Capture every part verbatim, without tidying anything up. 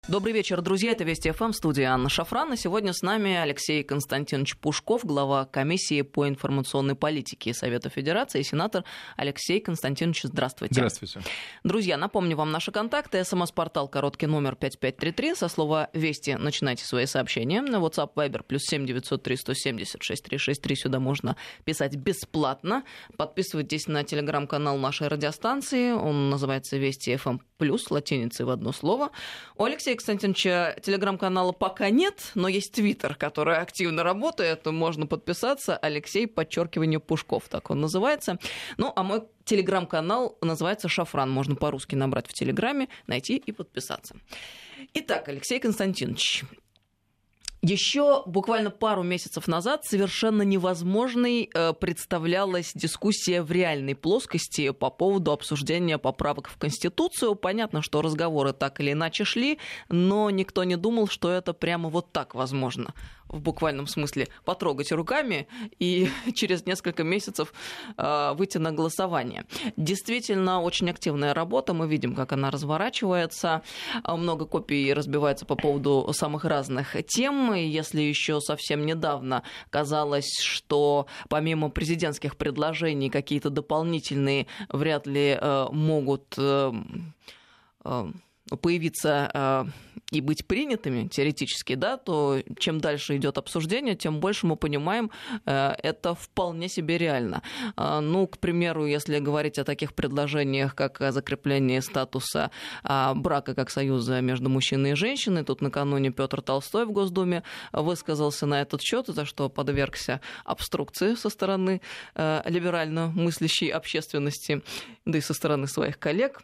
Добрый вечер, друзья. Это Вести ФМ, студия Анна Шафран. И сегодня с нами Алексей Константинович Пушков, глава комиссии по информационной политике Совета Федерации, и сенатор Алексей Константинович. Здравствуйте. Здравствуйте. Друзья, напомню вам наши контакты. СМС-портал короткий номер пять пять три три. Со слова «Вести» начинайте свои сообщения. На WhatsApp Viber плюс семь девятьсот три сто семьдесят шесть триста шестьдесят три. Сюда можно писать бесплатно. Подписывайтесь на телеграм-канал нашей радиостанции. Он называется Вести ФМ плюс, латиницей в одно слово. У Алексея Константиновича телеграм-канала пока нет, но есть твиттер, который активно работает. Можно подписаться. Алексей, подчеркивание, Пушков, так он называется. Ну, а мой телеграм-канал называется «Шафран». Можно по-русски набрать в телеграме, найти и подписаться. Итак, Алексей Константинович, еще буквально пару месяцев назад совершенно невозможной э, представлялась дискуссия в реальной плоскости по поводу обсуждения поправок в Конституцию. Понятно, что разговоры так или иначе шли, но никто не думал, что это прямо вот так возможно. В буквальном смысле потрогать руками и через несколько месяцев э, выйти на голосование. Действительно, очень активная работа. Мы видим, как она разворачивается. Много копий разбивается по поводу самых разных тем. И если еще совсем недавно казалось, что помимо президентских предложений какие-то дополнительные вряд ли э, могут э, э, появиться э, и быть принятыми теоретически, да, то чем дальше идет обсуждение, тем больше мы понимаем, э, это вполне себе реально. Э, ну, к примеру, если говорить о таких предложениях, как закрепление статуса э, брака как союза между мужчиной и женщиной, тут накануне Петр Толстой в Госдуме высказался на этот счет, за что подвергся обструкции со стороны э, либерально мыслящей общественности, да и со стороны своих коллег.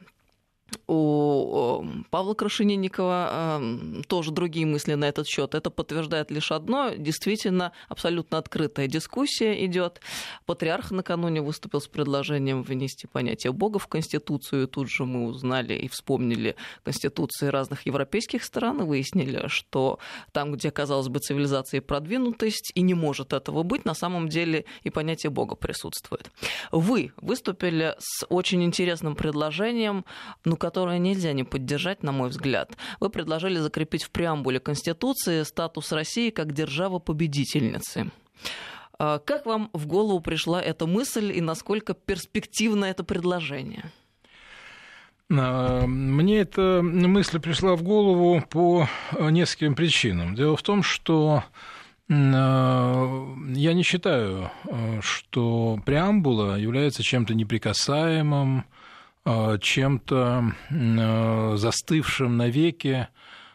У Павла Крашенинникова э, тоже другие мысли на этот счет. Это подтверждает лишь одно. Действительно, абсолютно открытая дискуссия идет. Патриарх накануне выступил с предложением внести понятие Бога в Конституцию. Тут же мы узнали и вспомнили конституции разных европейских стран и выяснили, что там, где, казалось бы, цивилизация и продвинутость, и не может этого быть, на самом деле и понятие Бога присутствует. Вы выступили с очень интересным предложением, ну, которое нельзя не поддержать, на мой взгляд. Вы предложили закрепить в преамбуле Конституции статус России как державы-победительницы. Как вам в голову пришла эта мысль и насколько перспективно это предложение? Мне эта мысль пришла в голову по нескольким причинам. Дело в том, что я не считаю, что преамбула является чем-то неприкасаемым, чем-то застывшим навеки.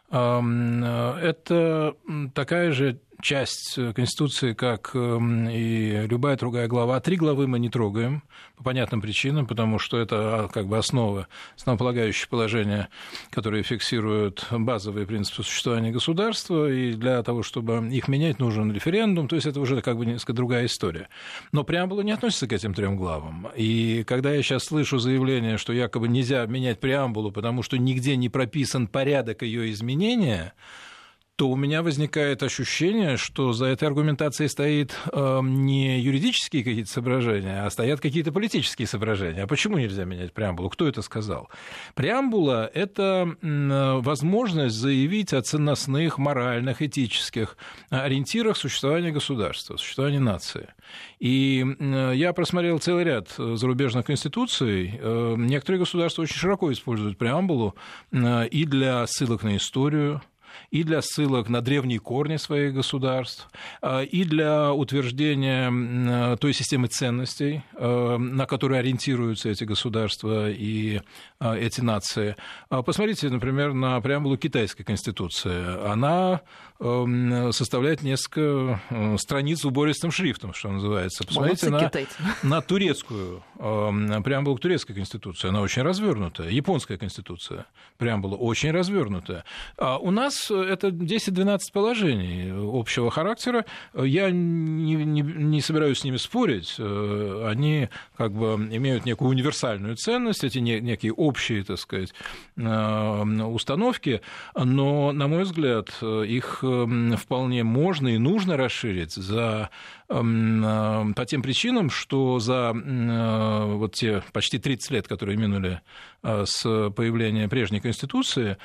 Это такая же часть Конституции, как и любая другая глава. Три главы мы не трогаем по понятным причинам, потому что это как бы основа, основополагающие положения, которые фиксируют базовые принципы существования государства, и для того, чтобы их менять, нужен референдум, то есть это уже как бы несколько другая история. Но преамбула не относится к этим трем главам. И когда я сейчас слышу заявление, что якобы нельзя менять преамбулу, потому что нигде не прописан порядок ее изменения, то у меня возникает ощущение, что за этой аргументацией стоит э, не юридические какие-то соображения, а стоят какие-то политические соображения. А почему нельзя менять преамбулу? Кто это сказал? Преамбула – это э, возможность заявить о ценностных, моральных, этических ориентирах существования государства, существования нации. И э, я просмотрел целый ряд зарубежных конституций. Э, некоторые государства очень широко используют преамбулу э, и для ссылок на историю, и для ссылок на древние корни своих государств, и для утверждения той системы ценностей, на которой ориентируются эти государства и эти нации. Посмотрите, например, на преамбулу китайской конституции. Она составляет несколько страниц убористым шрифтом, что называется. Посмотрите на, на турецкую преамбулу к турецкой конституции. Она очень развернутая. Японская конституция, преамбула очень развернутая. А у нас это десять-двенадцать положений общего характера. Я не, не, не собираюсь с ними спорить. Они как бы имеют некую универсальную ценность, эти некие общие, так сказать, установки, но, на мой взгляд, их вполне можно и нужно расширить за, по тем причинам, что за вот те почти тридцать лет, которые минули с появления прежней Конституции,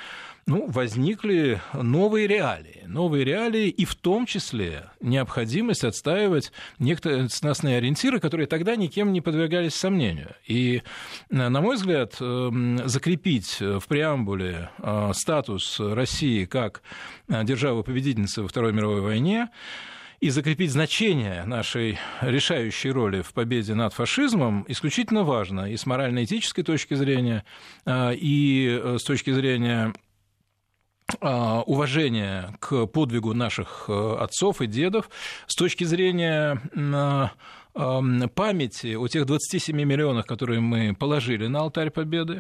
ну, возникли новые реалии. Новые реалии, и в том числе необходимость отстаивать некоторые ценностные ориентиры, которые тогда никем не подвергались сомнению. И, на мой взгляд, закрепить в преамбуле статус России как державы-победительницы во Второй мировой войне и закрепить значение нашей решающей роли в победе над фашизмом исключительно важно и с морально-этической точки зрения, и с точки зрения уважения к подвигу наших отцов и дедов, с точки зрения памяти о тех двадцати семи миллионах, которые мы положили на алтарь Победы.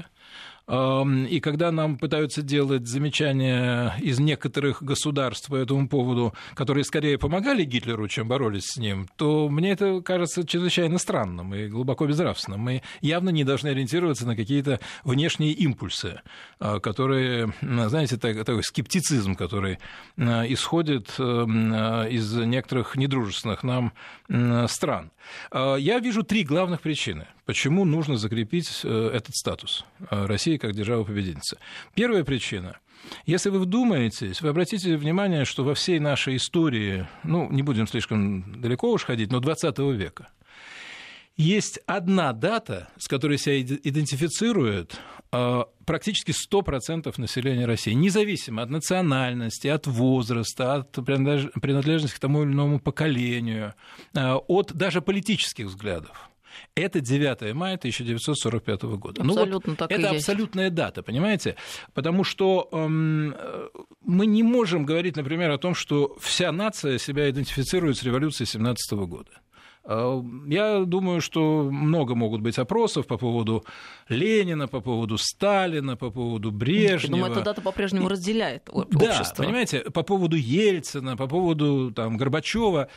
И когда нам пытаются делать замечания из некоторых государств по этому поводу, которые скорее помогали Гитлеру, чем боролись с ним, то мне это кажется чрезвычайно странным и глубоко безнравственным. Мы явно не должны ориентироваться на какие-то внешние импульсы, которые, знаете, такой скептицизм, который исходит из некоторых недружественных нам стран. Я вижу три главных причины, почему нужно закрепить этот статус России как державы-победительницы. Первая причина. Если вы вдумаетесь, вы обратите внимание, что во всей нашей истории, ну, не будем слишком далеко уж ходить, но двадцатого века, есть одна дата, с которой себя идентифицирует практически сто процентов населения России, независимо от национальности, от возраста, от принадлежности к тому или иному поколению, от даже политических взглядов. Это девятое мая тысяча девятьсот сорок пятого года. Абсолютно ну, вот так и это есть. Абсолютная дата, понимаете? Потому что эм, мы не можем говорить, например, о том, что вся нация себя идентифицирует с революцией семнадцатого года. Я думаю, что много могут быть опросов по поводу Ленина, по поводу Сталина, по поводу Брежнева. Думаю, эта дата по-прежнему разделяет общество. Да, понимаете, по поводу Ельцина, по поводу там, Горбачева.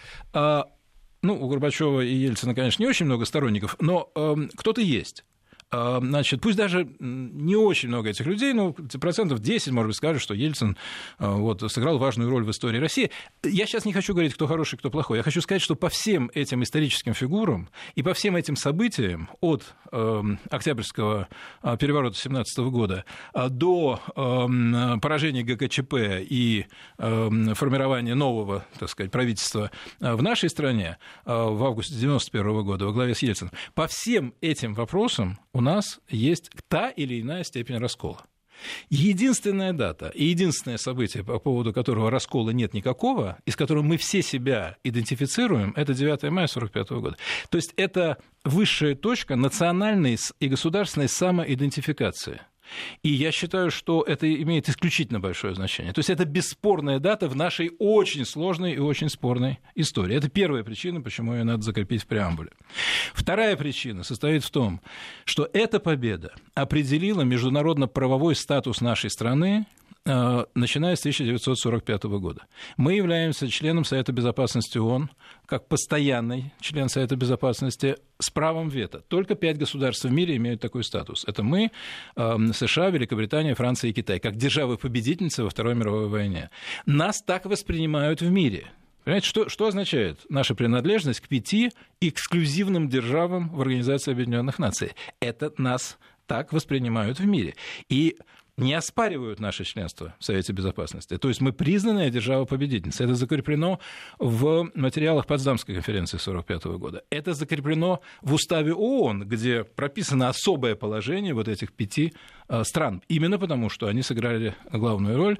Ну, у Горбачева и Ельцина, конечно, не очень много сторонников, но э, кто-то есть. Значит, пусть даже не очень много этих людей, но процентов десять, может быть, скажут, что Ельцин вот, сыграл важную роль в истории России. Я сейчас не хочу говорить, кто хороший, кто плохой. Я хочу сказать, что по всем этим историческим фигурам и по всем этим событиям от э, Октябрьского переворота семнадцатого года до э, поражения ГКЧП и э, формирования нового, так сказать, правительства в нашей стране э, в августе девяносто первого года во главе с Ельцином, по всем этим вопросам у нас есть та или иная степень раскола. Единственная дата и единственное событие, по поводу которого раскола нет никакого, и с которым мы все себя идентифицируем, это девятое мая сорок пятого года. То есть это высшая точка национальной и государственной самоидентификации. И я считаю, что это имеет исключительно большое значение. То есть это бесспорная дата в нашей очень сложной и очень спорной истории. Это первая причина, почему ее надо закрепить в преамбуле. Вторая причина состоит в том, что эта победа определила международно-правовой статус нашей страны, начиная с тысяча девятьсот сорок пятого года. Мы являемся членом Совета Безопасности ООН, как постоянный член Совета Безопасности с правом вето. Только пять государств в мире имеют такой статус. Это мы, США, Великобритания, Франция и Китай, как державы-победительницы во Второй мировой войне. Нас так воспринимают в мире. Понимаете, что, что означает наша принадлежность к пяти эксклюзивным державам в Организации Объединенных Наций? Это нас так воспринимают в мире. И не оспаривают наше членство в Совете Безопасности. То есть мы признанная держава-победительница. Это закреплено в материалах Потсдамской конференции сорок пятого года. Это закреплено в уставе ООН, где прописано особое положение вот этих пяти стран. Именно потому, что они сыграли главную роль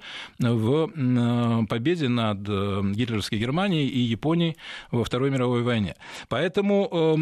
в победе над гитлеровской Германией и Японией во Второй мировой войне. Поэтому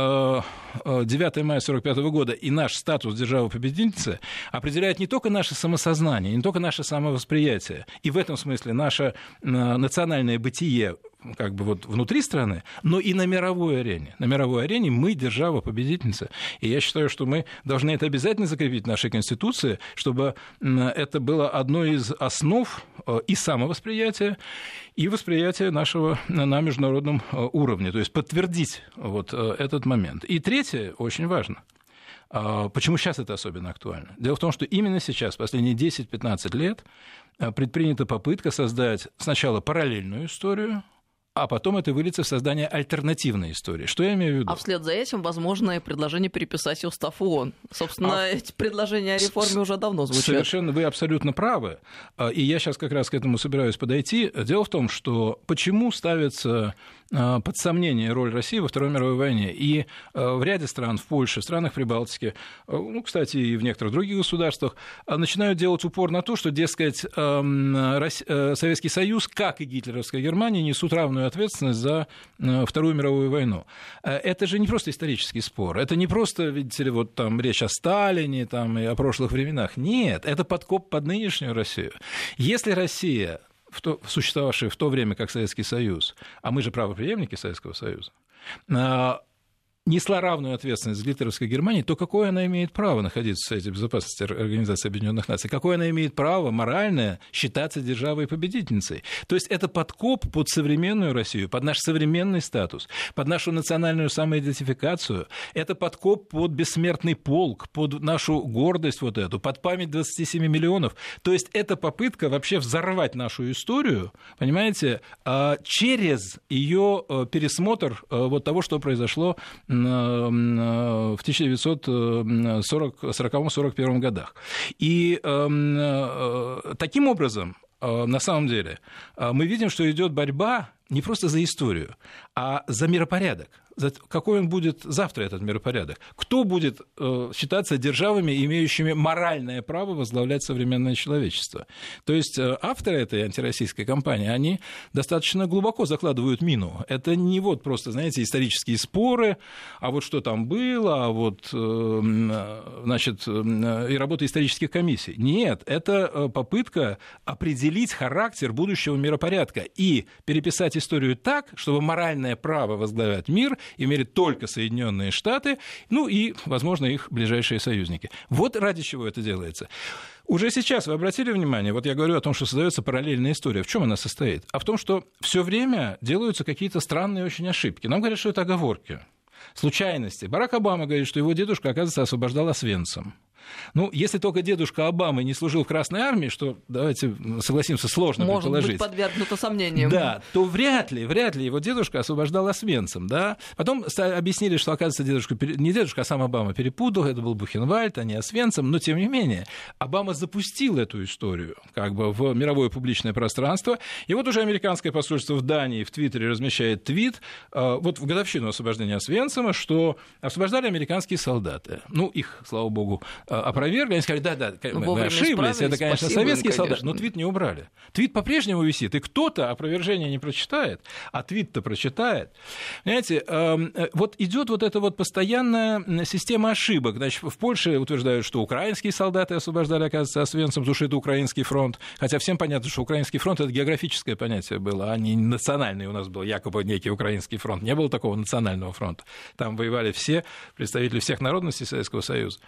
девятое мая сорок пятого года и наш статус державы-победительницы определяет не только наше самосознание, не только наше самовосприятие, и в этом смысле наше национальное бытие как бы вот внутри страны, но и на мировой арене. На мировой арене мы держава-победительница. И я считаю, что мы должны это обязательно закрепить в нашей Конституции, чтобы это было одной из основ и самовосприятия, и восприятия нашего на международном уровне. То есть подтвердить вот этот момент. И третье, очень важно. Почему сейчас это особенно актуально? Дело в том, что именно сейчас, последние десять-пятнадцать лет, предпринята попытка создать сначала параллельную историю, а потом это выльется в создание альтернативной истории. Что я имею в виду? А вслед за этим, возможно, и предложение переписать устав ООН. Собственно, а... эти предложения о реформе уже давно звучат. Совершенно, вы абсолютно правы. И я сейчас как раз к этому собираюсь подойти. Дело в том, что почему ставится под сомнение роль России во Второй мировой войне. И в ряде стран, в Польше, в странах Прибалтики, ну, кстати, и в некоторых других государствах, начинают делать упор на то, что, дескать, Советский Союз, как и гитлеровская Германия, несут равную ответственность за Вторую мировую войну. Это же не просто исторический спор, это не просто, видите ли, вот там речь о Сталине там, и о прошлых временах. Нет, это подкоп под нынешнюю Россию. Если Россия, в то, существовавшая в то время как Советский Союз, а мы же правопреемники Советского Союза, несла равную ответственность с гитлеровской Германией, то какое она имеет право находиться в Совете Безопасности Организации Объединенных Наций? Какое она имеет право моральное считаться державой-победительницей? То есть это подкоп под современную Россию, под наш современный статус, под нашу национальную самоидентификацию. Это подкоп под бессмертный полк, под нашу гордость вот эту, под память двадцати семи миллионов. То есть это попытка вообще взорвать нашу историю, понимаете, через ее пересмотр вот того, что произошло в тысяча девятьсот сороковом — сорок первом годах. И э, таким образом, э, на самом деле, э, мы видим, что идет борьба не просто за историю, а за миропорядок. За какой он будет завтра, этот миропорядок? Кто будет э, считаться державами, имеющими моральное право возглавлять современное человечество? То есть э, авторы этой антироссийской кампании, они достаточно глубоко закладывают мину. Это не вот просто, знаете, исторические споры, а вот что там было, а вот, э, значит, э, и работа исторических комиссий. Нет, это попытка определить характер будущего миропорядка и переписать историю так, чтобы моральное право возглавлять мир имели только Соединенные Штаты, ну и, возможно, их ближайшие союзники. Вот ради чего это делается. Уже сейчас вы обратили внимание, вот я говорю о том, что создается параллельная история. В чем она состоит? А в том, что все время делаются какие-то странные очень ошибки. Нам говорят, что это оговорки, случайности. Барак Обама говорит, что его дедушка, оказывается, освобождал Освенцим. Ну, если только дедушка Обамы не служил в Красной армии, что, давайте согласимся, сложно может предположить. Может быть подвергнуто сомнениям. Да, то вряд ли, вряд ли его дедушка освобождал Освенцим, да. Потом объяснили, что, оказывается, дедушка, не дедушка, а сам Обама перепутал, это был Бухенвальд, а не Освенцим, но, тем не менее, Обама запустил эту историю как бы в мировое публичное пространство, и вот уже американское посольство в Дании в Твиттере размещает твит, вот в годовщину освобождения Освенцима, что освобождали американские солдаты. Ну, их, слава богу, опровергли, они сказали, да-да, мы, мы ошиблись, это, конечно, советские им, солдаты, но твит не убрали. Твит по-прежнему висит, и кто-то опровержение не прочитает, а твит-то прочитает. Понимаете, э, вот идет вот эта вот постоянная система ошибок. Значит, в Польше утверждают, что украинские солдаты освобождали, оказывается, Освенцим, потому что это украинский фронт, хотя всем понятно, что украинский фронт — это географическое понятие было, а не национальный у нас был, якобы некий украинский фронт. Не было такого национального фронта. Там воевали все представители всех народностей Советского Союза.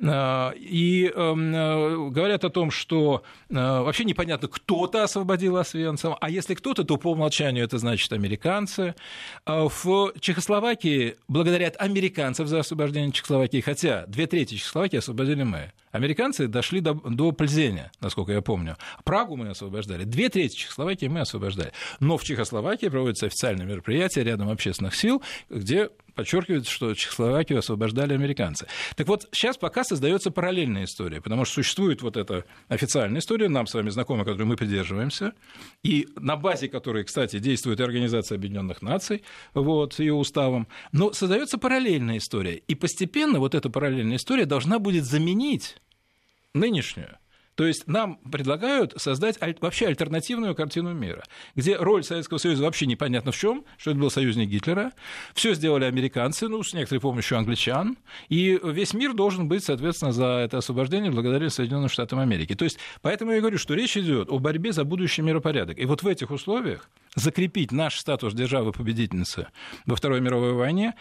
И э, говорят о том, что э, вообще непонятно, кто-то освободил Освенцим, а если кто-то, то по умолчанию это значит американцы. В Чехословакии благодарят американцев за освобождение Чехословакии, хотя две трети Чехословакии освободили мы. Американцы дошли до, до Пльзеня, насколько я помню. Прагу мы освобождали, две трети Чехословакии мы освобождали. Но в Чехословакии проводятся официальные мероприятия рядом общественных сил, где подчеркивается, что Чехословакию освобождали американцы. Так вот, сейчас пока создается параллельная история, потому что существует вот эта официальная история, нам с вами знакомая, которой мы придерживаемся, и на базе которой, кстати, действует и Организация Объединенных Наций, вот, с ее уставом, но создается параллельная история, и постепенно вот эта параллельная история должна будет заменить нынешнюю. То есть нам предлагают создать вообще альтернативную картину мира, где роль Советского Союза вообще непонятно в чем, что это был союзник Гитлера, все сделали американцы, ну, с некоторой помощью англичан, и весь мир должен быть, соответственно, за это освобождение благодаря Соединенным Штатам Америки. То есть, поэтому я говорю, что речь идет о борьбе за будущий миропорядок. И вот в этих условиях закрепить наш статус державы-победительницы во Второй мировой войне,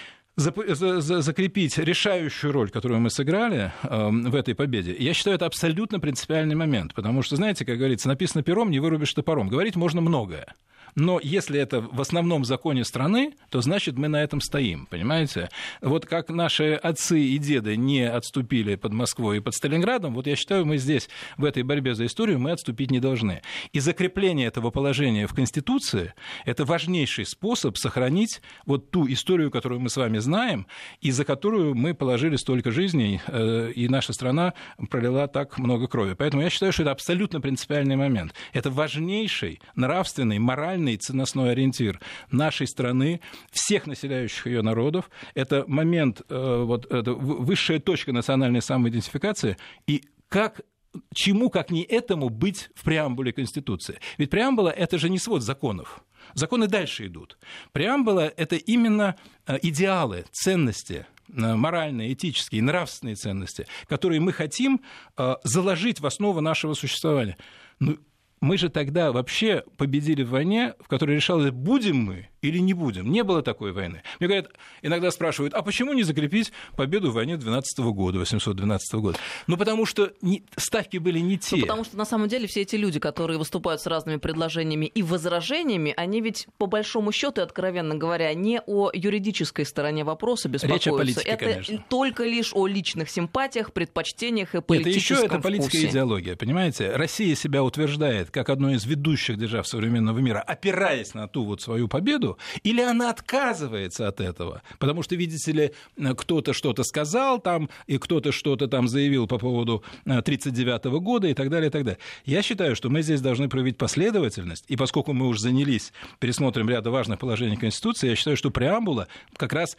закрепить решающую роль, которую мы сыграли э, в этой победе, я считаю, это абсолютно принципиальный момент, потому что, знаете, как говорится, написано пером, не вырубишь топором. Говорить можно многое. Но если это в основном законе страны, то значит мы на этом стоим, понимаете? Вот как наши отцы и деды не отступили под Москвой и под Сталинградом, вот я считаю, мы здесь в этой борьбе за историю мы отступить не должны. И закрепление этого положения в Конституции – это важнейший способ сохранить вот ту историю, которую мы с вами знаем, и за которую мы положили столько жизней, и наша страна пролила так много крови. Поэтому я считаю, что это абсолютно принципиальный момент. Это важнейший нравственный, моральный, ценностной ориентир нашей страны, всех населяющих ее народов. Это момент, вот, это высшая точка национальной самоидентификации. И как чему, как не этому, быть в преамбуле Конституции? Ведь преамбула – это же не свод законов. Законы дальше идут. Преамбула – это именно идеалы, ценности, моральные, этические, нравственные ценности, которые мы хотим заложить в основу нашего существования. Ну, мы же тогда вообще победили в войне, в которой решалось, будем мы или не будем. Не было такой войны. Мне говорят, иногда спрашивают, а почему не закрепить победу в войне двенадцатого года, восемьсот двенадцатого года? Ну, потому что не, ставки были не те. Ну, потому что, на самом деле, все эти люди, которые выступают с разными предложениями и возражениями, они ведь, по большому счету, откровенно говоря, не о юридической стороне вопроса беспокоятся. Речь о политике, это конечно. Только лишь о личных симпатиях, предпочтениях и политическом Нет, еще это политическая вкусе. идеология, понимаете? Россия себя утверждает как одну из ведущих держав современного мира, опираясь на ту вот свою победу, или она отказывается от этого, потому что, видите ли, кто-то что-то сказал там, и кто-то что-то там заявил по поводу тридцать девятого года и так далее, и так далее. Я считаю, что мы здесь должны проявить последовательность, и поскольку мы уже занялись пересмотром ряда важных положений Конституции, я считаю, что преамбула как раз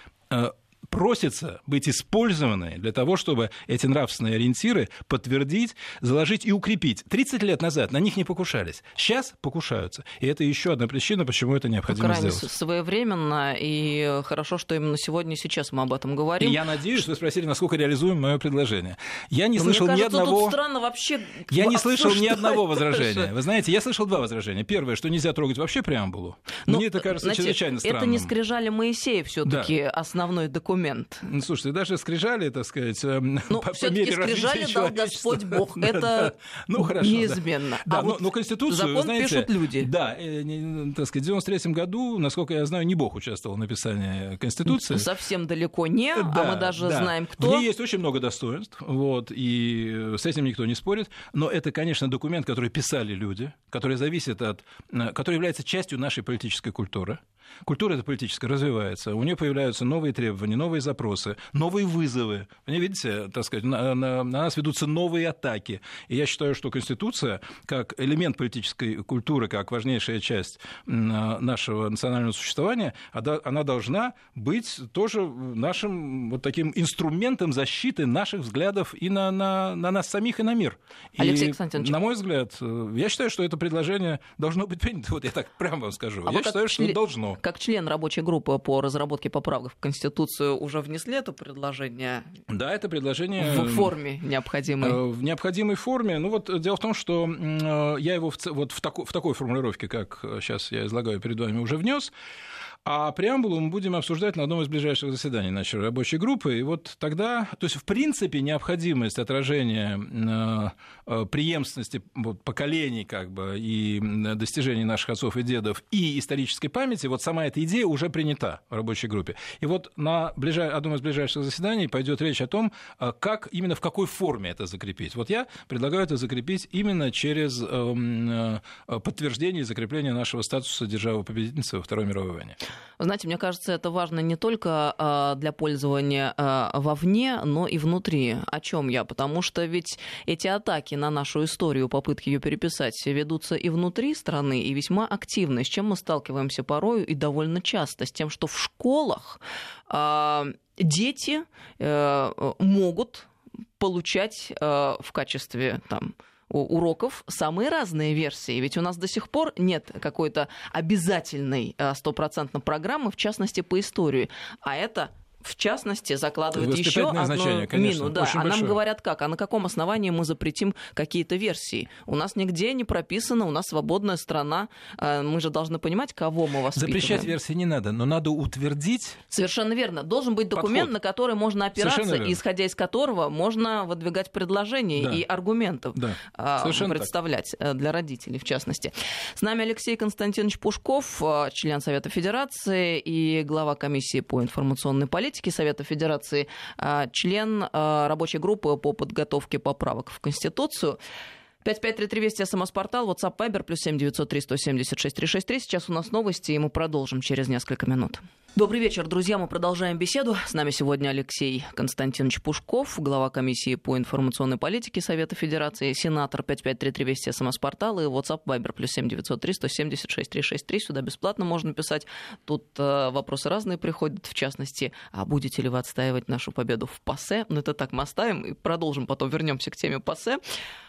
просится быть использованной для того, чтобы эти нравственные ориентиры подтвердить, заложить и укрепить. тридцать лет назад на них не покушались. Сейчас покушаются. И это еще одна причина, почему это необходимо крайне сделать. своевременно, и хорошо, что именно сегодня и сейчас мы об этом говорим. И я надеюсь, что вы спросили, насколько реализуем мое предложение. Я не Но слышал мне кажется, ни одного... тут странно вообще Я не слышал ни одного даже. возражения. Вы знаете, я слышал два возражения. Первое, что нельзя трогать вообще преамбулу. Ну, Мне это кажется знаете, чрезвычайно странным. Это не скрижали Моисея все-таки Да. основной документ. Слушайте, даже скрижали, так сказать, Ну, по, по мере развития скрижали дал Господь Бог. Да, Это да. Ну, хорошо, неизменно. Да, а но, вот но Конституцию, закон знаете, пишут люди. Да, э, не, так сказать, в девяносто третьем году, насколько я знаю, не Бог участвовал в написании Конституции. Совсем далеко не, Да, а мы даже да. знаем, кто. В ней есть очень много достоинств, вот, и с этим никто не спорит. Но это, конечно, документ, который писали люди, который зависит от, который является частью нашей политической культуры. Культура эта политическая развивается, у нее появляются новые требования, новые запросы, новые вызовы. Вы видите, так сказать, на, на, на нас ведутся новые атаки. И я считаю, что Конституция, как элемент политической культуры, как важнейшая часть нашего национального существования, она должна быть тоже нашим вот таким инструментом защиты наших взглядов и на, на, на нас самих, и на мир. И, Алексей Константинович, на мой взгляд, я считаю, что это предложение должно быть принято. Вот я так прямо вам скажу. А я вы считаю, что член... должно. Как член рабочей группы по разработке поправок в Конституцию уже внесли это предложение? Да, это предложение... В форме необходимой? В необходимой форме. Ну вот дело в том, что я его в, вот в, тако, в такой формулировке, как сейчас я излагаю перед вами, уже внес. А преамбулу мы будем обсуждать на одном из ближайших заседаний нашей рабочей группы. И вот тогда, то есть, в принципе, необходимость отражения преемственности поколений как бы, и достижений наших отцов и дедов и исторической памяти, вот сама эта идея уже принята в рабочей группе. И вот на ближай... одном из ближайших заседаний пойдет речь о том, как именно в какой форме это закрепить. Вот я предлагаю это закрепить именно через подтверждение и закрепление нашего статуса державы-победительницы во Второй мировой войне. Вы знаете, мне кажется, это важно не только для пользования вовне, но и внутри. О чем я? Потому что ведь эти атаки на нашу историю, попытки ее переписать, ведутся и внутри страны, и весьма активно. С чем мы сталкиваемся порою и довольно часто? С тем, что в школах дети могут получать в качестве там, уроков самые разные версии. Ведь у нас до сих пор нет какой-то обязательной стопроцентной программы, в частности, по истории. А это в частности, закладывает еще одну значение, конечно, мину. Да. А большое. нам говорят как? А на каком основании мы запретим какие-то версии? У нас нигде не прописано, у нас свободная страна. Мы же должны понимать, кого мы воспитываем. Запрещать версии не надо, но надо утвердить. Совершенно верно. Должен быть документ, подход, на который можно опираться, исходя из которого можно выдвигать предложения, да, и аргументов, да, представлять так для родителей, в частности. С нами Алексей Константинович Пушков, член Совета Федерации и глава комиссии по информационной политике Совета Федерации, член рабочей группы по подготовке поправок в Конституцию. пять пять три три Вести, СМС-портал, WhatsApp, Viber, плюс семь девятьсот три сто семьдесят шесть триста шестьдесят три. Сейчас у нас новости, и мы продолжим через несколько минут. Добрый вечер, друзья. Мы продолжаем беседу. С нами сегодня Алексей Константинович Пушков, глава комиссии по информационной политике Совета Федерации, сенатор. Пять пять три три Вести, СМС-портал, и WhatsApp, Viber, плюс семь девятьсот три сто семьдесят шесть триста шестьдесят три. Сюда бесплатно можно писать. Тут э, вопросы разные приходят, в частности, а будете ли вы отстаивать нашу победу в ПАСЕ? Ну, это так мы оставим и продолжим, потом вернемся к теме ПАСЕ.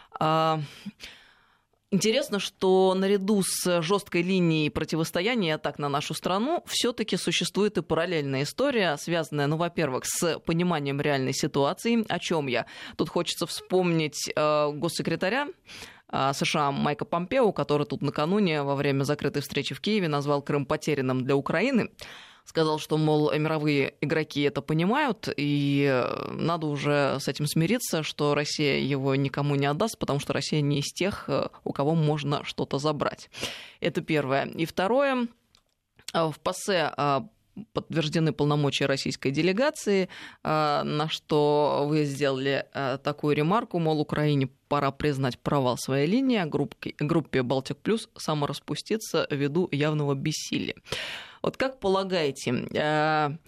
Интересно, что наряду с жесткой линией противостояния и атак на нашу страну все-таки существует и параллельная история, связанная, ну, во-первых, с пониманием реальной ситуации. О чем я? Тут хочется вспомнить э, госсекретаря э, США Майка Помпео, который тут накануне во время закрытой встречи в Киеве назвал Крым потерянным для Украины. Сказал, что, мол, мировые игроки это понимают, и надо уже с этим смириться, что Россия его никому не отдаст, потому что Россия не из тех, у кого можно что-то забрать. Это первое. И второе. В ПАСЕ подтверждены полномочия российской делегации, на что вы сделали такую ремарку, мол, Украине пора признать провал своей линии, а группе, группе «Балтик Плюс» самораспуститься ввиду явного бессилия. Вот как полагаете,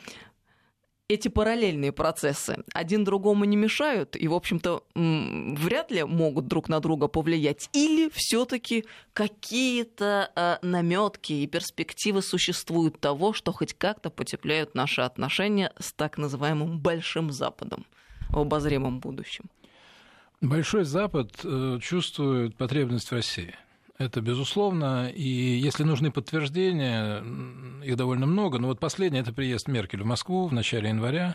эти параллельные процессы один другому не мешают и, в общем-то, вряд ли могут друг на друга повлиять? Или все-таки какие-то намётки и перспективы существуют того, что хоть как-то потепляют наши отношения с так называемым Большим Западом в обозримом будущем? Большой Запад чувствует потребность в России. Это безусловно, и если нужны подтверждения, их довольно много, но вот последнее – это приезд Меркель в Москву в начале января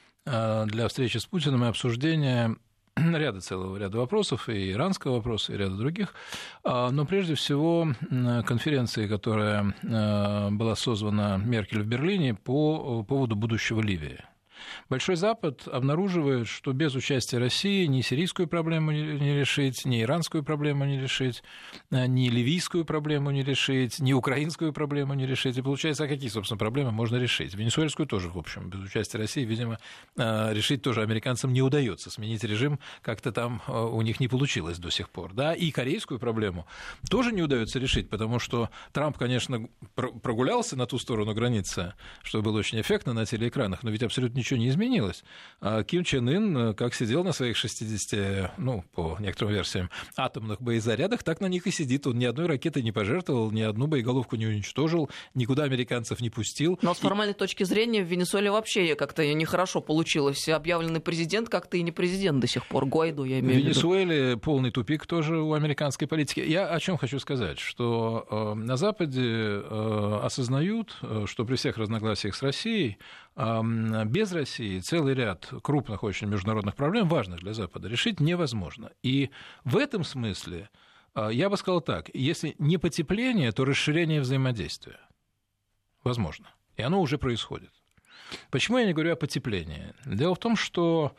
для встречи с Путиным и обсуждения ряда целого ряда вопросов, и иранского вопроса, и ряда других, но прежде всего конференции, которая была созвана Меркель в Берлине по поводу будущего Ливии. Большой Запад обнаруживает, что без участия России ни сирийскую проблему не решить, ни иранскую проблему не решить, ни ливийскую проблему не решить, ни украинскую проблему не решить. И получается, а какие, собственно, проблемы можно решить? Венесуэльскую тоже, в общем, без участия России, видимо, решить тоже американцам не удается. Сменить режим как-то там у них не получилось до сих пор. Да? И корейскую проблему тоже не удается решить, потому что Трамп, конечно, прогулялся на ту сторону границы, что было очень эффектно на телеэкранах, но ведь абсолютно ничего не изменилось. А Ким Чен Ын как сидел на своих шестидесяти, ну, по некоторым версиям, атомных боезарядах, так на них и сидит. Он ни одной ракеты не пожертвовал, ни одну боеголовку не уничтожил, никуда американцев не пустил. Но с формальной и... точки зрения в Венесуэле вообще как-то нехорошо получилось. Объявленный президент как-то и не президент до сих пор. Гуайдо, я имею в виду. В Венесуэле полный тупик тоже у американской политики. Я о чем хочу сказать, что э, на Западе э, осознают, э, что при всех разногласиях с Россией, э, без России целый ряд крупных очень международных проблем, важных для Запада, решить невозможно. И в этом смысле я бы сказал так, если не потепление, то расширение взаимодействия возможно. И оно уже происходит. Почему я не говорю о потеплении? Дело в том, что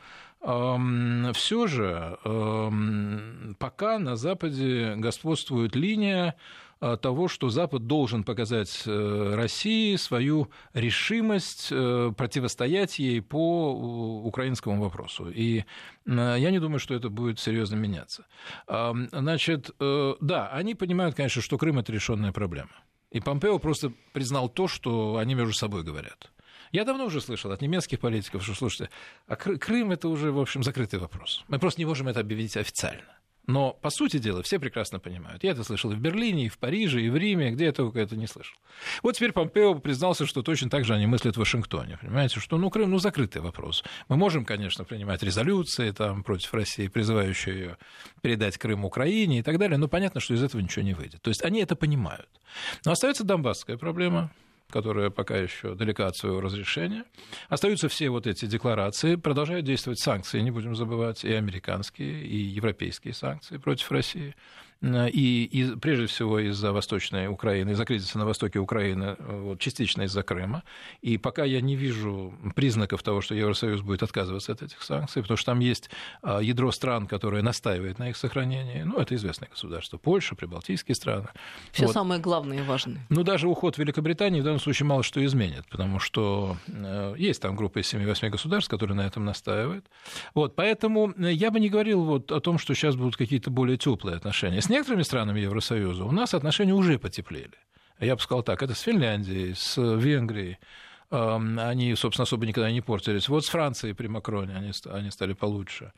э, все же э, пока на Западе господствует линия того, что Запад должен показать России свою решимость противостоять ей по украинскому вопросу. И я не думаю, что это будет серьезно меняться. Значит, да, они понимают, конечно, что Крым – это решенная проблема. И Помпео просто признал то, что они между собой говорят. Я давно уже слышал от немецких политиков, что, слушайте, а Крым – это уже, в общем, закрытый вопрос. Мы просто не можем это объявить официально. Но, по сути дела, все прекрасно понимают. Я это слышал и в Берлине, и в Париже, и в Риме, где я только это не слышал. Вот теперь Помпео признался, что точно так же они мыслят в Вашингтоне. Понимаете, что ну, Крым, ну, закрытый вопрос. Мы можем, конечно, принимать резолюции там, против России, призывающие ее передать Крым Украине и так далее, но понятно, что из этого ничего не выйдет. То есть они это понимают. Но остается донбасская проблема, которая пока еще далека от своего разрешения. Остаются все вот эти декларации, продолжают действовать санкции, не будем забывать, и американские, и европейские санкции против России. И, и прежде всего из-за Восточной Украины, из-за кризиса на востоке Украины, вот, частично из-за Крыма. И пока я не вижу признаков того, что Евросоюз будет отказываться от этих санкций, потому что там есть ядро стран, которые настаивают на их сохранении. Ну, это известные государства. Польша, прибалтийские страны. Все вот. Самые главные и важные. Ну, даже уход Великобритании в данном случае мало что изменит, потому что есть там группа из семи-восьми государств, которые на этом настаивают. Вот, поэтому я бы не говорил вот о том, что сейчас будут какие-то более теплые отношения. С некоторыми странами Евросоюза у нас отношения уже потеплели. Я бы сказал так, это с Финляндией, с Венгрией. Они, собственно, особо никогда не портились. Вот с Францией при Макроне они, они стали получше.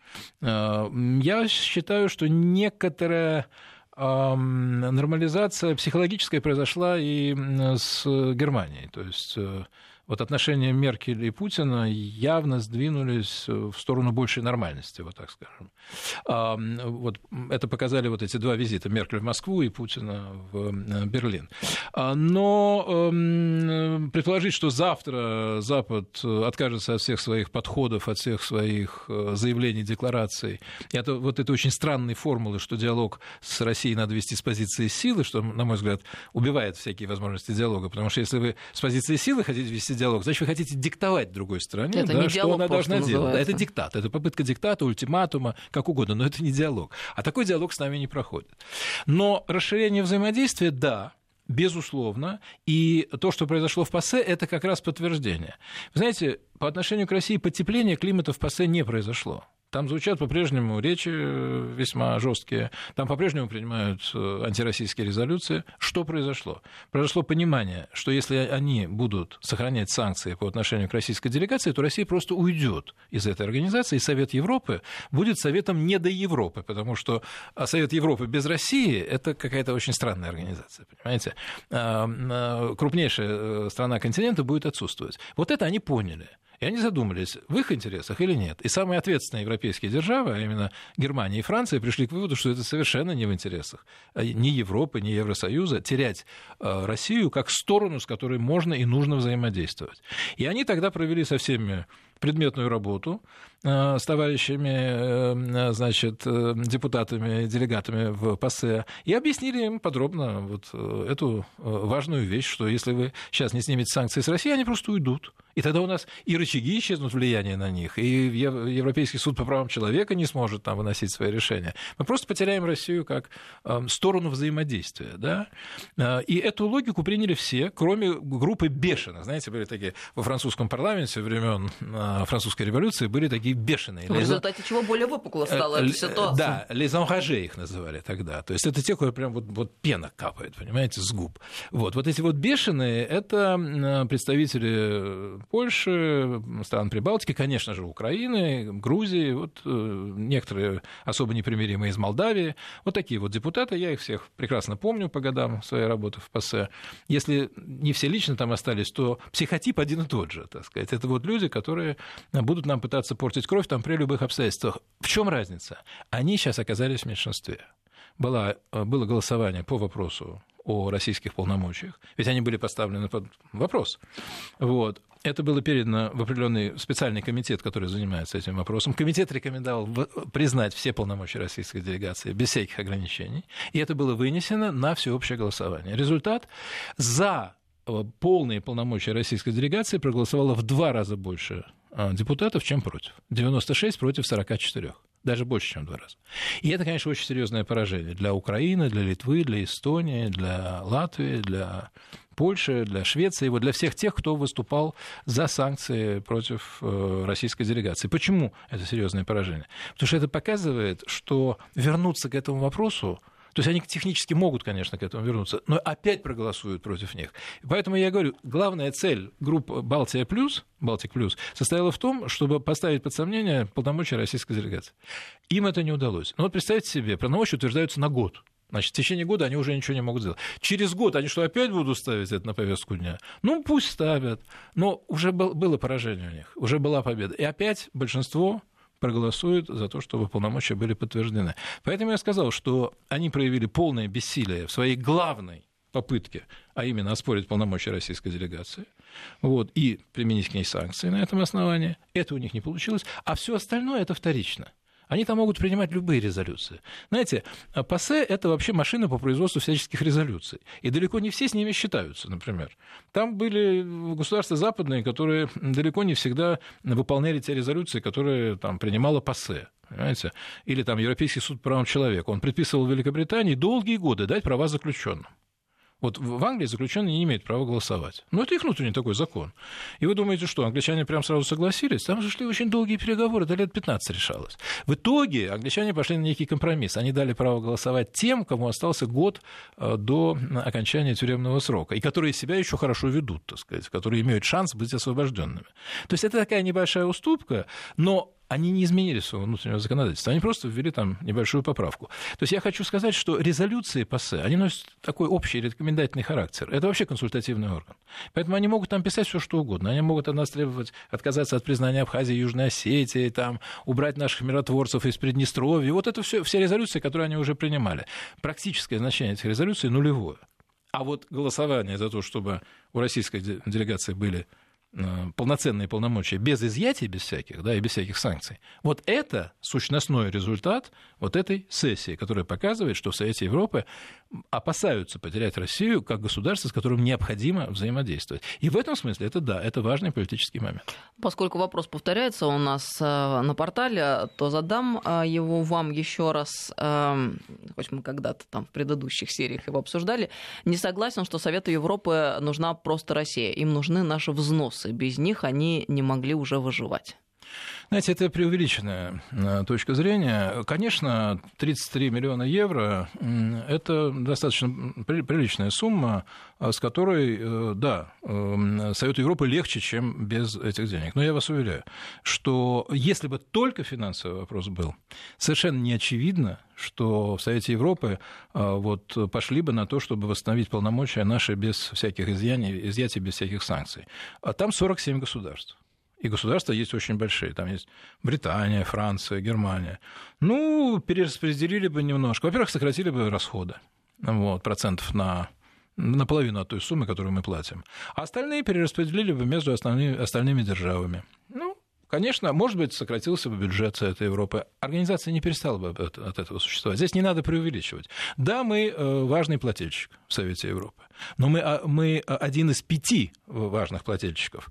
Я считаю, что некоторая нормализация психологическая произошла и с Германией. То есть вот отношения Меркель и Путина явно сдвинулись в сторону большей нормальности, вот так скажем. Вот это показали вот эти два визита Меркель в Москву и Путина в Берлин. Но предположить, что завтра Запад откажется от всех своих подходов, от всех своих заявлений, деклараций, это, вот это очень странные формулы, что диалог с Россией надо вести с позиции силы, что, на мой взгляд, убивает всякие возможности диалога, потому что если вы с позиции силы хотите вести диалог, значит, вы хотите диктовать другой стране, это да, не что она должна называется. делать. Да, это диктат, это попытка диктата, ультиматума, как угодно, но это не диалог. А такой диалог с нами не проходит. Но расширение взаимодействия, да, безусловно, и то, что произошло в ПАСЕ, это как раз подтверждение. Вы знаете, по отношению к России потепление климата в ПАСЕ не произошло. Там звучат по-прежнему речи весьма жесткие, там по-прежнему принимают антироссийские резолюции. Что произошло? Произошло понимание, что если они будут сохранять санкции по отношению к российской делегации, то Россия просто уйдет из этой организации, и Совет Европы будет Советом не до Европы, потому что Совет Европы без России – это какая-то очень странная организация, понимаете? Крупнейшая страна континента будет отсутствовать. Вот это они поняли. И они задумались, в их интересах или нет. И самые ответственные европейские державы, а именно Германия и Франция, пришли к выводу, что это совершенно не в интересах ни Европы, ни Евросоюза терять Россию как сторону, с которой можно и нужно взаимодействовать. И они тогда провели со всеми предметную работу с товарищами, значит, депутатами, делегатами в ПАСЕ, и объяснили им подробно вот эту важную вещь, что если вы сейчас не снимете санкции с России, они просто уйдут. И тогда у нас и рычаги исчезнут, влияние на них, и Европейский суд по правам человека не сможет там выносить свои решения. Мы просто потеряем Россию как сторону взаимодействия. Да? И эту логику приняли все, кроме группы бешеных. Знаете, были такие во французском парламенте времен французской революции, были такие бешеные. В результате чего более выпукло стала эта ситуация. Да, les enragés их называли тогда. То есть это те, которые прям вот, вот пена капает, понимаете, с губ. Вот, вот эти вот бешеные, это представители Польши, стран Прибалтики, конечно же, Украины, Грузии, вот некоторые особо непримиримые из Молдавии. Вот такие вот депутаты, я их всех прекрасно помню по годам своей работы в ПАСЕ. Если не все лично там остались, то психотип один и тот же, так сказать. Это вот люди, которые будут нам пытаться портить кровь там при любых обстоятельствах. В чем разница? Они сейчас оказались в меньшинстве. Было, было голосование по вопросу о российских полномочиях, ведь они были поставлены под вопрос. Вот. Это было передано в определенный специальный комитет, который занимается этим вопросом. Комитет рекомендовал признать все полномочия российской делегации без всяких ограничений, и это было вынесено на всеобщее голосование. Результат: за полные полномочия российской делегации проголосовало в два раза больше депутатов, чем против. девяносто шесть против сорок четыре. Даже больше, чем в два раза. И это, конечно, очень серьезное поражение для Украины, для Литвы, для Эстонии, для Латвии, для Польши, для Швеции, вот для всех тех, кто выступал за санкции против российской делегации. Почему это серьезное поражение? Потому что это показывает, что вернуться к этому вопросу, то есть они технически могут, конечно, к этому вернуться, но опять проголосуют против них. Поэтому я говорю, главная цель группы «Балтия плюс», «Балтик плюс» состояла в том, чтобы поставить под сомнение полномочия российской делегации. Им это не удалось. Но вот представьте себе, полномочия утверждаются на год. Значит, в течение года они уже ничего не могут сделать. Через год они что, опять будут ставить это на повестку дня? Ну, пусть ставят. Но уже было поражение у них, уже была победа. И опять большинство проголосуют за то, чтобы полномочия были подтверждены. Поэтому я сказал, что они проявили полное бессилие в своей главной попытки, а именно оспорить полномочия российской делегации, вот, и применить к ней санкции на этом основании. Это у них не получилось, а все остальное это вторично. Они там могут принимать любые резолюции. Знаете, ПАСЕ – это вообще машина по производству всяческих резолюций. И далеко не все с ними считаются, например. Там были государства западные, которые далеко не всегда выполняли те резолюции, которые там принимала ПАСЕ. Понимаете? Или там Европейский суд по правам человека. Он предписывал Великобритании долгие годы дать права заключенным. Вот в Англии заключенные не имеют права голосовать. Но это их внутренний такой закон. И вы думаете, что англичане прям сразу согласились? Там же шли очень долгие переговоры, до лет пятнадцать решалось. В итоге англичане пошли на некий компромисс. Они дали право голосовать тем, кому остался год до окончания тюремного срока, и которые себя еще хорошо ведут, так сказать, которые имеют шанс быть освобожденными. То есть это такая небольшая уступка, но они не изменили своего внутреннего законодательства, они просто ввели там небольшую поправку. То есть я хочу сказать, что резолюции ПАСЕ, они носят такой общий рекомендательный характер. Это вообще консультативный орган. Поэтому они могут там писать все, что угодно. Они могут от нас требовать отказаться от признания Абхазии и Южной Осетии, там, убрать наших миротворцев из Приднестровья. Вот это все, все резолюции, которые они уже принимали. Практическое значение этих резолюций нулевое. А вот голосование за то, чтобы у российской делегации были полноценные полномочия без изъятий, без всяких, да, и без всяких санкций. Вот это сущностной результат вот этой сессии, которая показывает, что в Совете Европы опасаются потерять Россию как государство, с которым необходимо взаимодействовать. И в этом смысле это, да, это важный политический момент. Поскольку вопрос повторяется у нас на портале, то задам его вам еще раз, хоть мы когда-то там в предыдущих сериях его обсуждали. Не согласен, что Совету Европы нужна просто Россия, им нужны наши взносы, без них они не могли уже выживать. Знаете, это преувеличенная точка зрения. Конечно, тридцать три миллиона евро – это достаточно приличная сумма, с которой, да, Совету Европы легче, чем без этих денег. Но я вас уверяю, что если бы только финансовый вопрос был, совершенно не очевидно, что в Совете Европы вот, пошли бы на то, чтобы восстановить полномочия наши без всяких изъятий, изъятий без всяких санкций. А там сорок семь государств. И государства есть очень большие. Там есть Британия, Франция, Германия. Ну, перераспределили бы немножко. Во-первых, сократили бы расходы. Вот, процентов на, наполовину от той суммы, которую мы платим. А остальные перераспределили бы между основными, остальными державами. Ну, конечно, может быть, сократился бы бюджет Совета Европы. Организация не перестала бы от, от этого существовать. Здесь не надо преувеличивать. Да, мы важный плательщик в Совете Европы. Но мы, мы один из пяти важных плательщиков.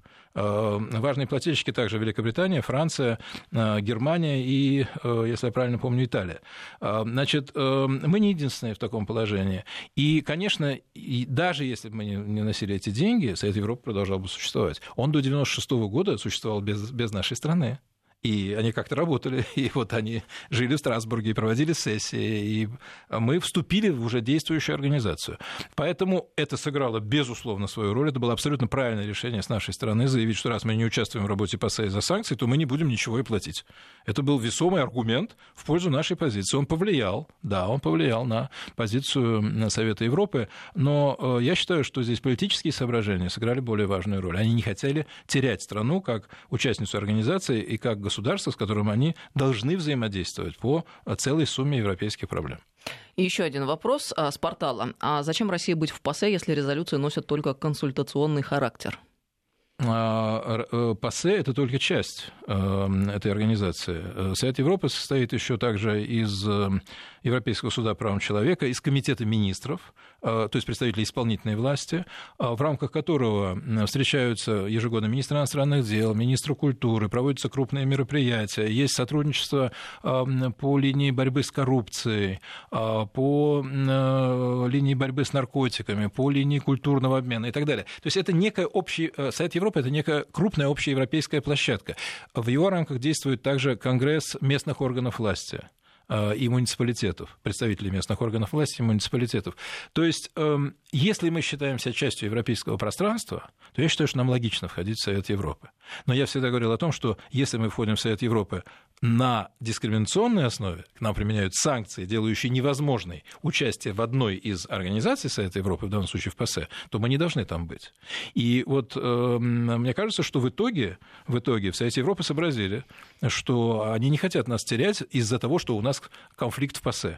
Важные плательщики также Великобритания, Франция, Германия и, если я правильно помню, Италия. Значит, мы не единственные в таком положении. И, конечно, и даже если бы мы не носили эти деньги, Совет Европы продолжал бы существовать. Он до девяносто шестого года существовал без, без нашей страны. И они как-то работали, и вот они жили в Страсбурге, и проводили сессии, и мы вступили в уже действующую организацию. Поэтому это сыграло, безусловно, свою роль. Это было абсолютно правильное решение с нашей стороны заявить, что раз мы не участвуем в работе ПАСЕ из-за санкций, то мы не будем ничего и платить. Это был весомый аргумент в пользу нашей позиции. Он повлиял, да, он повлиял на позицию Совета Европы, но я считаю, что здесь политические соображения сыграли более важную роль. Они не хотели терять страну как участницу организации и как государство, государства, с которым они должны взаимодействовать по целой сумме европейских проблем. И еще один вопрос с портала. А зачем России быть в ПАСЕ, если резолюции носят только консультационный характер? ПАСЕ – это только часть этой организации. Совет Европы состоит еще также из Европейского суда по правам человека, из Комитета министров, то есть представителей исполнительной власти, в рамках которого встречаются ежегодно министры иностранных дел, министры культуры, проводятся крупные мероприятия, есть сотрудничество по линии борьбы с коррупцией, по линии борьбы с наркотиками, по линии культурного обмена и так далее. То есть это некая общая... Совет Европы – это некая крупная общеевропейская площадка. В его рамках действует также Конгресс местных органов власти и муниципалитетов, представителей местных органов власти и муниципалитетов. То есть, если мы считаем себя частью европейского пространства, то я считаю, что нам логично входить в Совет Европы. Но я всегда говорил о том, что если мы входим в Совет Европы на дискриминационной основе, к нам применяют санкции, делающие невозможной участие в одной из организаций Совета Европы, в данном случае в ПАСЕ, то мы не должны там быть. И вот э, мне кажется, что в итоге, в итоге в Совете Европы сообразили, что они не хотят нас терять из-за того, что у нас конфликт в ПАСЕ.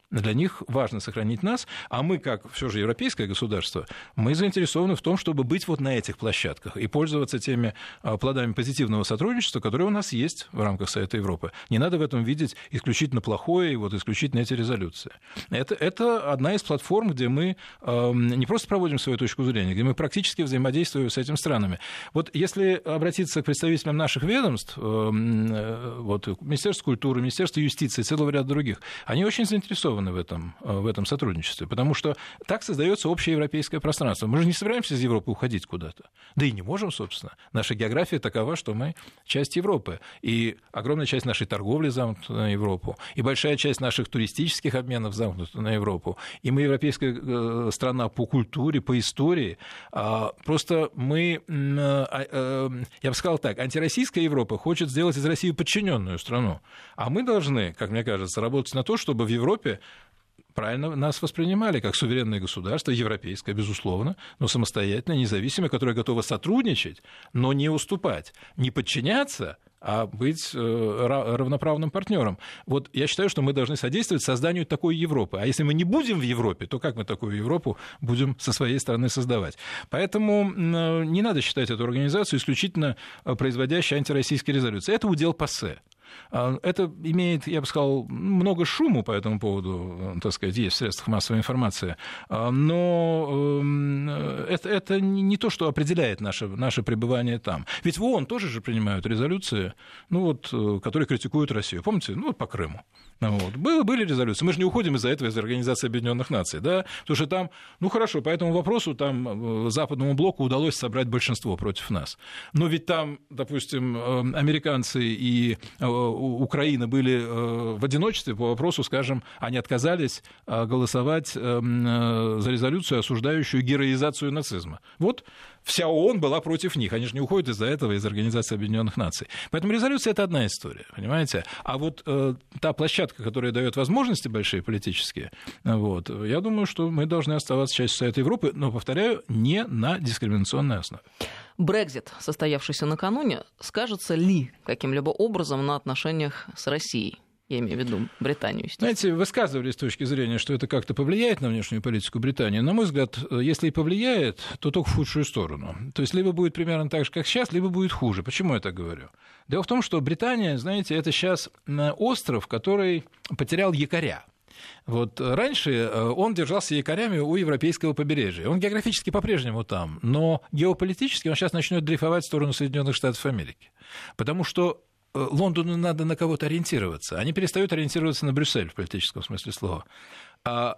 Для них важно сохранить нас, а мы, как все же европейское государство, мы заинтересованы в том, чтобы быть вот на этих площадках и пользоваться теми плодами позитивного сотрудничества, которые у нас есть в рамках Совета Европы. Не надо в этом видеть исключительно плохое и вот исключительно эти резолюции. Это, это одна из платформ, где мы э, не просто проводим свою точку зрения, где мы практически взаимодействуем с этими странами. Вот если обратиться к представителям наших ведомств, э, э, вот, Министерство культуры, Министерство юстиции, целого ряда других, они очень заинтересованы в этом, в этом сотрудничестве, потому что так создается общее европейское пространство. Мы же не собираемся из Европы уходить куда-то. Да и не можем, собственно. Наша география такова, что мы часть Европы. И огромная часть нашей торговли замкнута на Европу, и большая часть наших туристических обменов замкнута на Европу. И мы европейская страна по культуре, по истории. Просто мы, я бы сказал так, антироссийская Европа хочет сделать из России подчиненную страну. А мы должны, как мне кажется, работать на то, чтобы в Европе правильно нас воспринимали как суверенное государство, европейское, безусловно, но самостоятельное, независимое, которое готово сотрудничать, но не уступать, не подчиняться, а быть равноправным партнером. Вот я считаю, что мы должны содействовать созданию такой Европы. А если мы не будем в Европе, то как мы такую Европу будем со своей стороны создавать? Поэтому не надо считать эту организацию исключительно производящей антироссийские резолюции. Это удел ПАСЕ. Это имеет, я бы сказал, много шуму по этому поводу, так сказать, есть в средствах массовой информации, но это, это не то, что определяет наше, наше пребывание там. Ведь в ООН тоже же принимают резолюции, ну вот, которые критикуют Россию. Помните, ну вот по Крыму. Вот. Было, были резолюции. Мы же не уходим из-за этого из Организации Объединенных Наций, да? Потому что там, ну хорошо, по этому вопросу там Западному блоку удалось собрать большинство против нас. Но ведь там, допустим, американцы и Украина были в одиночестве по вопросу, скажем, они отказались голосовать за резолюцию, осуждающую героизацию нацизма. Вот вся ООН была против них. Они же не уходят из-за этого из Организации Объединенных Наций. Поэтому резолюция – это одна история, понимаете? А вот э, та площадка, которая дает возможности большие политические, вот, я думаю, что мы должны оставаться частью Совета Европы, но, повторяю, не на дискриминационной основе. Брексит, состоявшийся накануне, скажется ли каким-либо образом на отношениях с Россией? Я имею в виду Британию, естественно. Знаете, высказывались с точки зрения, что это как-то повлияет на внешнюю политику Британии. На мой взгляд, если и повлияет, то только в худшую сторону. То есть либо будет примерно так же, как сейчас, либо будет хуже. Почему я так говорю? Дело в том, что Британия, знаете, это сейчас остров, который потерял якоря. Вот раньше он держался якорями у европейского побережья. Он географически по-прежнему там, но геополитически он сейчас начнет дрейфовать в сторону Соединенных Штатов Америки. Потому что Лондону надо на кого-то ориентироваться. Они перестают ориентироваться на Брюссель в политическом смысле слова. А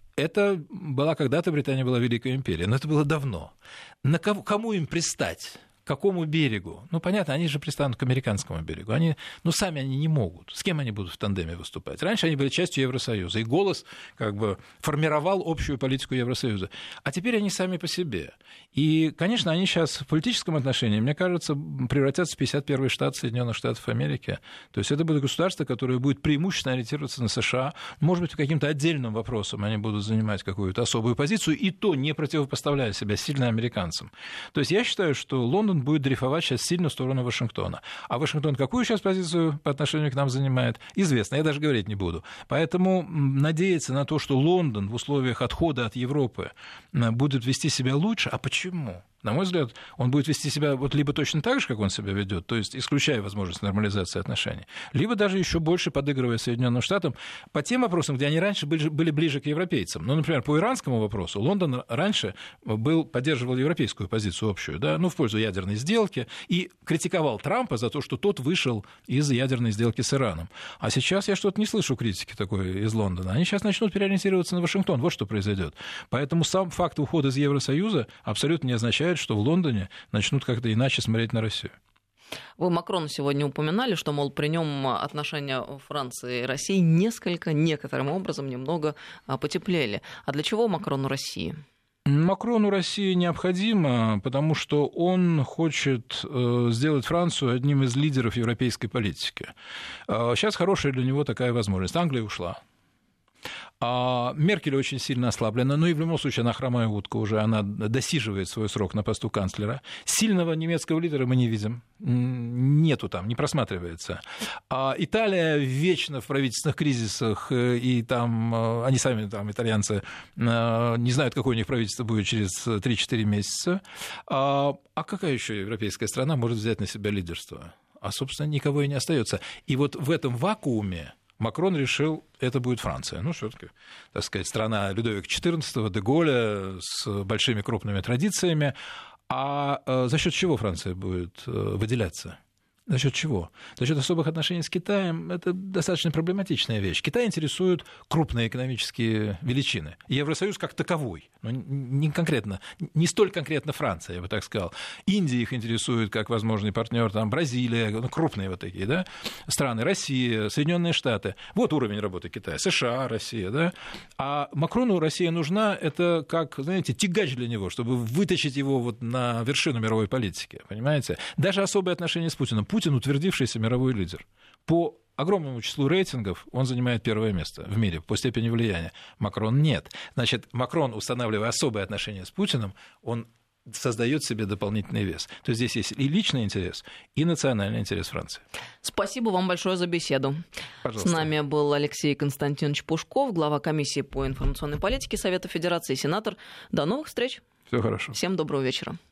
это была когда-то Британия была Великой империей, но это было давно. На кого, кому им пристать? К какому берегу? Ну, понятно, они же пристанут к американскому берегу. Они, ну, сами они не могут. С кем они будут в тандеме выступать? Раньше они были частью Евросоюза, и голос как бы формировал общую политику Евросоюза. А теперь они сами по себе. И, конечно, они сейчас в политическом отношении, мне кажется, превратятся в пятьдесят первый штат Соединенных Штатов Америки. То есть это будет государство, которое будет преимущественно ориентироваться на США. Может быть, по каким-то отдельным вопросам они будут занимать какую-то особую позицию, и то не противопоставляя себя сильно американцам. То есть я считаю, что Лондон будет дрейфовать сейчас сильно в сторону Вашингтона. А Вашингтон какую сейчас позицию по отношению к нам занимает, известно, я даже говорить не буду. Поэтому надеяться на то, что Лондон в условиях отхода от Европы будет вести себя лучше, а почему? На мой взгляд, он будет вести себя вот либо точно так же, как он себя ведет, то есть исключая возможность нормализации отношений, либо даже еще больше подыгрывая Соединенным Штатам по тем вопросам, где они раньше были, были ближе к европейцам. Ну, например, по иранскому вопросу Лондон раньше был, поддерживал европейскую позицию общую, да, ну, в пользу ядерной сделки, и критиковал Трампа за то, что тот вышел из ядерной сделки с Ираном. А сейчас я что-то не слышу критики такой из Лондона. Они сейчас начнут переориентироваться на Вашингтон. Вот что произойдет. Поэтому сам факт ухода из Евросоюза абсолютно не означает, что в Лондоне начнут как-то иначе смотреть на Россию. Вы Макрона сегодня упоминали, что, мол, при нем отношения Франции и России несколько, некоторым образом, немного потеплели. А для чего Макрону России? Макрону России необходимо, потому что он хочет сделать Францию одним из лидеров европейской политики. Сейчас хорошая для него такая возможность. Англия ушла. А Меркель очень сильно ослаблена, но и в любом случае она хромая утка уже, она досиживает свой срок на посту канцлера. Сильного немецкого лидера мы не видим, нету там, не просматривается. А Италия вечно в правительственных кризисах, и там они сами, там, итальянцы, не знают, какое у них правительство будет через три-четыре месяца. А, а какая еще европейская страна может взять на себя лидерство? А, собственно, никого и не остается. И вот в этом вакууме Макрон решил, это будет Франция. Ну, все-таки, так сказать, страна Людовика четырнадцатого, де Голля с большими крупными традициями. А за счет чего Франция будет выделяться? За счет чего? За счет особых отношений с Китаем. Это достаточно проблематичная вещь. Китай интересуют крупные экономические величины. Евросоюз как таковой. Но не конкретно, не столь конкретно Франция, я бы так сказал. Индия их интересует как возможный партнер, там Бразилия, ну, крупные вот такие, да, страны, Россия, Соединенные Штаты. Вот уровень работы Китая. США, Россия, да. А Макрону Россия нужна, это как, знаете, тягач для него, чтобы вытащить его вот на вершину мировой политики, понимаете? Даже особые отношения с Путиным. Путин утвердившийся мировой лидер. По огромному числу рейтингов он занимает первое место в мире по степени влияния. Макрон нет. Значит, Макрон, устанавливая особые отношения с Путиным, он создает себе дополнительный вес. То есть здесь есть и личный интерес, и национальный интерес Франции. Спасибо вам большое за беседу. Пожалуйста. С нами был Алексей Константинович Пушков, глава комиссии по информационной политике Совета Федерации, сенатор. До новых встреч. Всего хорошего. Всем доброго вечера.